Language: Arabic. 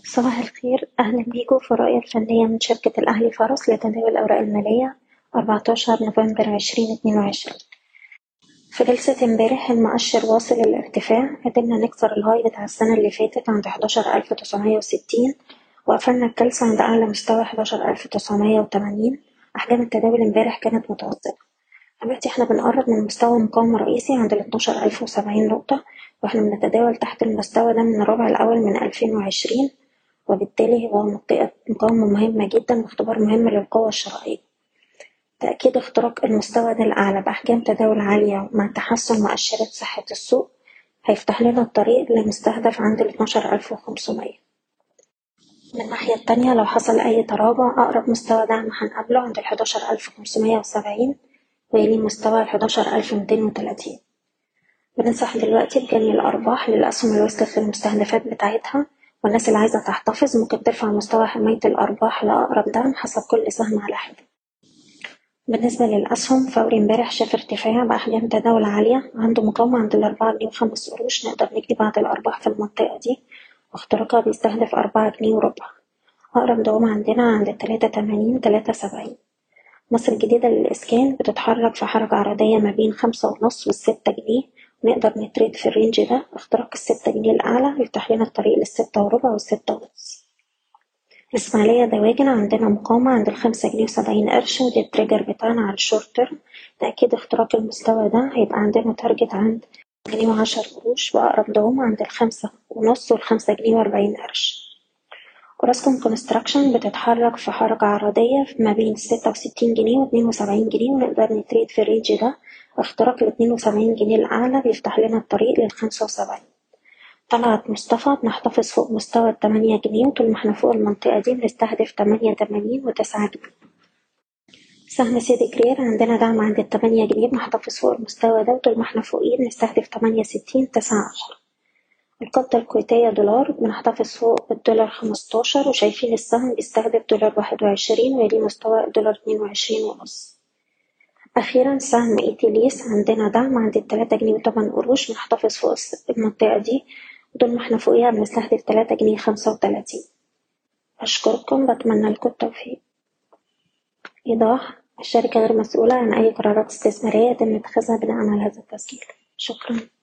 صباح الخير، أهلا بيكم في الرؤية الفنية من شركة الأهلي فارس لتداول الأوراق المالية 14 نوفمبر 2022. في جلسة امبارح المؤشر واصل الارتفاع، قدرنا نكسر الهاي بتاع السنة اللي فاتت عند 11960 وقفلنا الجلسة عند أعلى مستوى 11980. أحجام التداول امبارح كانت متوسطة. دلوقتي احنا بنقرب من مستوى مقاومة رئيسي عند 12070 نقطة، واحنا بنتداول تحت المستوى ده من الربع الأول من 2020، وبالتالي هو منطقة مقاومة مهمة جدا واختبار مهم للقوة الشرائية. تأكيد اختراق المستوى ده الأعلى بأحجام تداول عالية مع تحسن مؤشرات صحة السوق هيفتح لنا الطريق لمستهدف عند 12500. من الناحية التانية لو حصل أي تراجع، أقرب مستوى دعم هنقابله عند 11570 ويلي مستوى 11230. بننصح دلوقتي بجني الأرباح للأسهم اللي وصلت للمستهدفات بتاعتها، والناس اللي عايزة تحتفظ ممكن ترفع مستوى حماية الأرباح لأقرب دعم حسب كل سهم على حدة. بالنسبة للأسهم، فوري امبارح شاف ارتفاع بأحجام تداول عالية عنده مقاومة عند 4 جنيه و5 قروش، نقدر نجني بعض الأرباح في المنطقة دي، واختراقها بيستهدف 4 جنيه وربع. أقرب دعم عندنا عند 83 73. مصر الجديدة للإسكان بتتحرك في حركة عرضية ما بين 5.5 و6 جنيه، ونقدر نتريد في الرينج ده. اختراق ال6 جنيه الأعلى يفتح لنا الطريق ل6 وربع و6 ونص. الإسماعيلية دواجن عندنا مقاومة عند 5 جنيه و70 قرش، ودي التريجر بتاعنا على الشورت تيرم. تأكيد اختراق المستوى ده هيبقى عندنا تارجت عند 1 جنيه و10 قروش، وأقرب دعم عند 5 ونص و5 جنيه و40 قرش. أوراسكوم كونستراكشن بتتحرك في حركة عرضية ما بين 66 جنيه و72 جنيه، ونقدر نتريد في الرينج ده. اختراق 72 جنيه الأعلى بيفتح لنا الطريق ل75. طلعت مصطفى بنحتفظ فوق مستوى 8 جنيه، وطول ما احنا فوق المنطقة دي بنستهدف 88 و9 جنيه. سهم سيدي كرير عندنا دعم عند 8 جنيه، بنحتفظ فوق المستوى ده، وطول ما احنا فوقيه بنستهدف 68 9 10. القبضة الكويتية دولار بنحتفظ فوق $15، وشايفين السهم بيستهدف $21 ويلي مستوى $22.5. أخيرا سهم إيتيليس عندنا دعم عند 3 جنيه و8 قروش، بنحتفظ فوق المنطقة دي، وطول ما احنا فوقيها بنستهدف 3 جنيه 35. أشكركم، بتمنى لكم التوفيق. إيضاح: الشركة غير مسؤولة عن أي قرارات استثمارية يتم اتخاذها بناء على هذا التسجيل. شكرا.